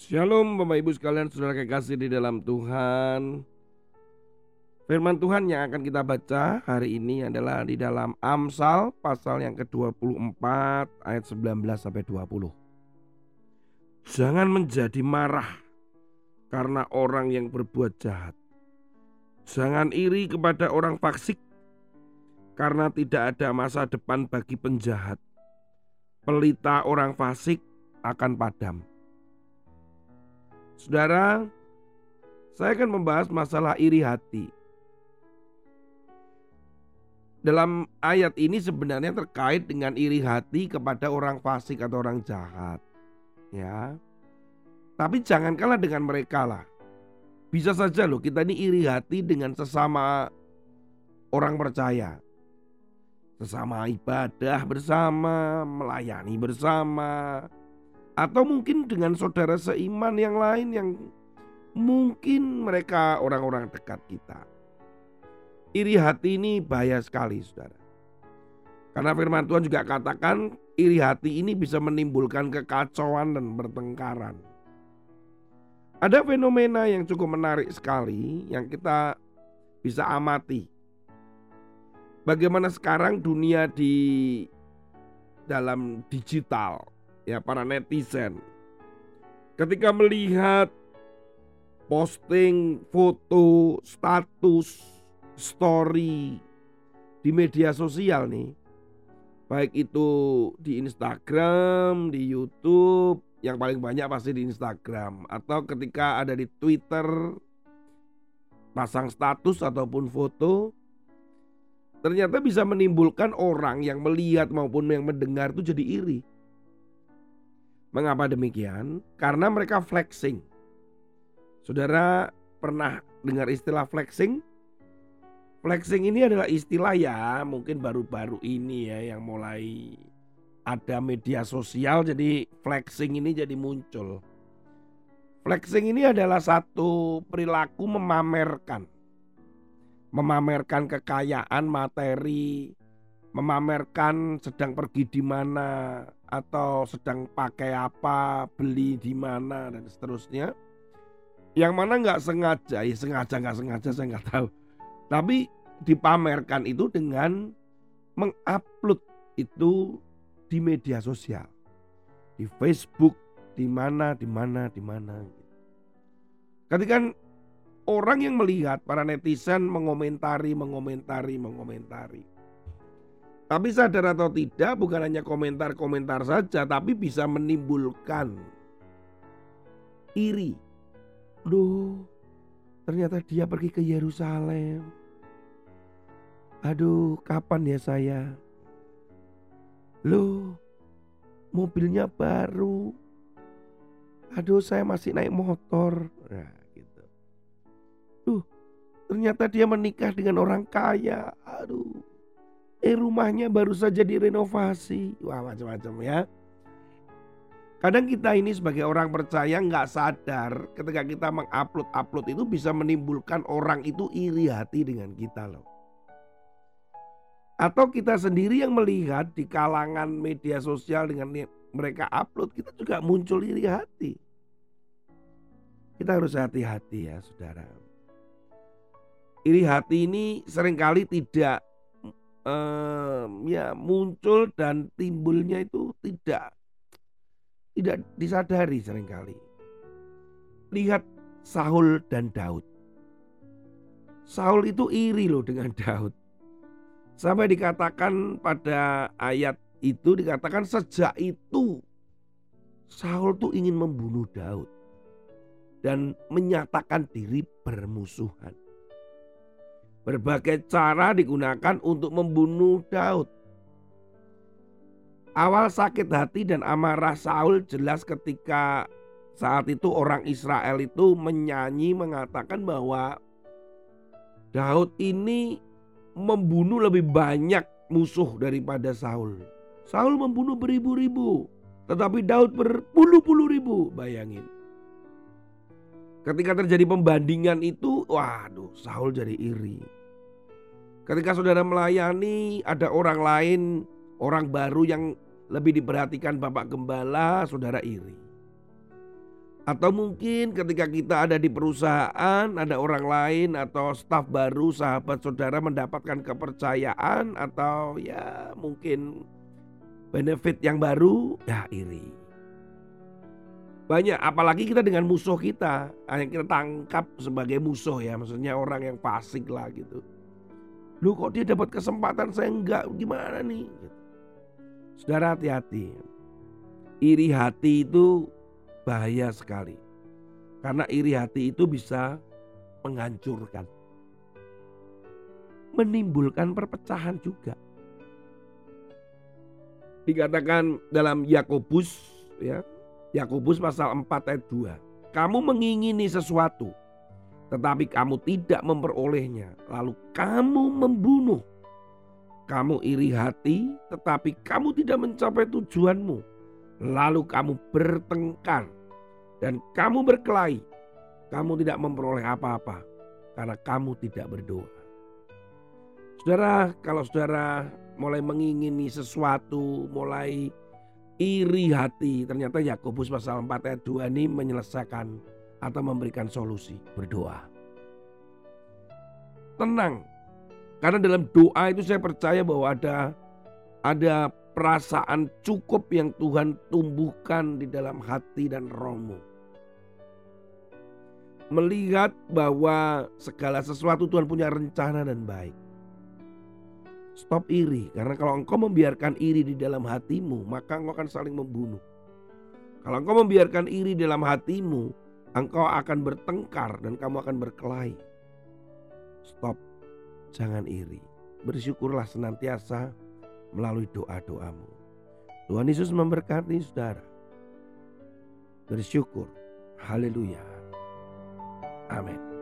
Shalom Bapak Ibu sekalian, saudara kekasih di dalam Tuhan. Firman Tuhan yang akan kita baca hari ini adalah di dalam Amsal pasal yang ke-24 ayat 19 sampai 20. Jangan menjadi marah karena orang yang berbuat jahat. Jangan iri kepada orang fasik karena tidak ada masa depan bagi penjahat. Pelita orang fasik akan padam. Saudara, saya akan membahas masalah iri hati. Dalam ayat ini sebenarnya terkait dengan iri hati kepada orang fasik atau orang jahat. Ya. Tapi jangan kalah dengan mereka lah. Bisa saja loh kita ini iri hati dengan sesama orang percaya. Sesama ibadah bersama, melayani bersama. Atau mungkin dengan saudara seiman yang lain yang mungkin mereka orang-orang dekat kita. Iri hati ini bahaya sekali, saudara. Karena firman Tuhan juga katakan iri hati ini bisa menimbulkan kekacauan dan pertengkaran. Ada fenomena yang cukup menarik sekali yang kita bisa amati. Bagaimana sekarang dunia di dalam digital, ya, para netizen ketika melihat posting foto, status, story di media sosial nih, baik itu di Instagram, di YouTube, yang paling banyak pasti di Instagram, atau ketika ada di Twitter pasang status ataupun foto, ternyata bisa menimbulkan orang yang melihat maupun yang mendengar itu jadi iri. Mengapa demikian? Karena mereka flexing. Saudara pernah dengar istilah flexing? Flexing ini adalah istilah ya mungkin baru-baru ini ya yang mulai ada media sosial, jadi flexing ini jadi muncul. Flexing ini adalah satu perilaku memamerkan kekayaan materi, memamerkan sedang pergi di mana atau sedang pakai apa, beli di mana dan seterusnya. Yang mana nggak sengaja, ya sengaja nggak sengaja saya nggak tahu. Tapi dipamerkan itu dengan mengupload itu di media sosial, di Facebook, di mana. Ketika orang yang melihat, para netizen mengomentari. Tapi sadar atau tidak, bukan hanya komentar-komentar saja, tapi bisa menimbulkan iri. Loh, ternyata dia pergi ke Yerusalem. Aduh, kapan ya saya? Loh, mobilnya baru. Aduh, saya masih naik motor. Nah, gitu. Loh, ternyata dia menikah dengan orang kaya. Aduh, rumahnya baru saja direnovasi. Wah, macam-macam ya. Kadang kita ini sebagai orang percaya nggak sadar ketika kita mengupload itu bisa menimbulkan orang itu iri hati dengan kita loh. Atau kita sendiri yang melihat di kalangan media sosial dengan mereka upload, kita juga muncul iri hati. Kita harus hati-hati ya saudara. Iri hati ini seringkali tidak muncul dan timbulnya itu tidak disadari seringkali. Lihat Saul dan Daud. Saul itu iri loh dengan Daud. Sampai dikatakan pada ayat itu dikatakan sejak itu Saul tuh ingin membunuh Daud dan menyatakan diri bermusuhan. Berbagai cara digunakan untuk membunuh Daud. Awal sakit hati dan amarah Saul jelas ketika saat itu orang Israel itu menyanyi mengatakan bahwa Daud ini membunuh lebih banyak musuh daripada Saul. Saul membunuh beribu-ribu, tetapi Daud berpuluh-puluh ribu, bayangin. Ketika terjadi pembandingan itu, waduh, Saul jadi iri. Ketika saudara melayani, ada orang lain, orang baru yang lebih diperhatikan Bapak Gembala, saudara iri. Atau mungkin ketika kita ada di perusahaan, ada orang lain atau staf baru, sahabat saudara mendapatkan kepercayaan atau ya mungkin benefit yang baru, ya iri. Banyak, apalagi kita dengan musuh kita, yang kita tangkap sebagai musuh ya, maksudnya orang yang fasik lah gitu. Loh kok dia dapat kesempatan saya enggak, gimana nih? Gitu. Saudara hati-hati, iri hati itu bahaya sekali. Karena iri hati itu bisa menghancurkan, menimbulkan perpecahan juga. Dikatakan dalam Yakobus ya, Yakobus pasal 4 ayat 2. Kamu mengingini sesuatu, tetapi kamu tidak memperolehnya, lalu kamu membunuh. Kamu iri hati, tetapi kamu tidak mencapai tujuanmu, lalu kamu bertengkar dan kamu berkelahi. Kamu tidak memperoleh apa-apa karena kamu tidak berdoa. Saudara, kalau saudara mulai mengingini sesuatu, mulai iri hati, ternyata Yakobus pasal 4 ayat 2 ini menyelesaikan atau memberikan solusi. Berdoa. Tenang. Karena dalam doa itu saya percaya bahwa ada perasaan cukup yang Tuhan tumbuhkan di dalam hati dan rohmu. Melihat bahwa segala sesuatu Tuhan punya rencana dan baik. Stop iri, karena kalau engkau membiarkan iri di dalam hatimu, maka engkau akan saling membunuh. Kalau engkau membiarkan iri dalam hatimu, engkau akan bertengkar dan kamu akan berkelahi. Stop, jangan iri. Bersyukurlah senantiasa melalui doa-doamu. Tuhan Yesus memberkati saudara. Bersyukur. Haleluya. Amin.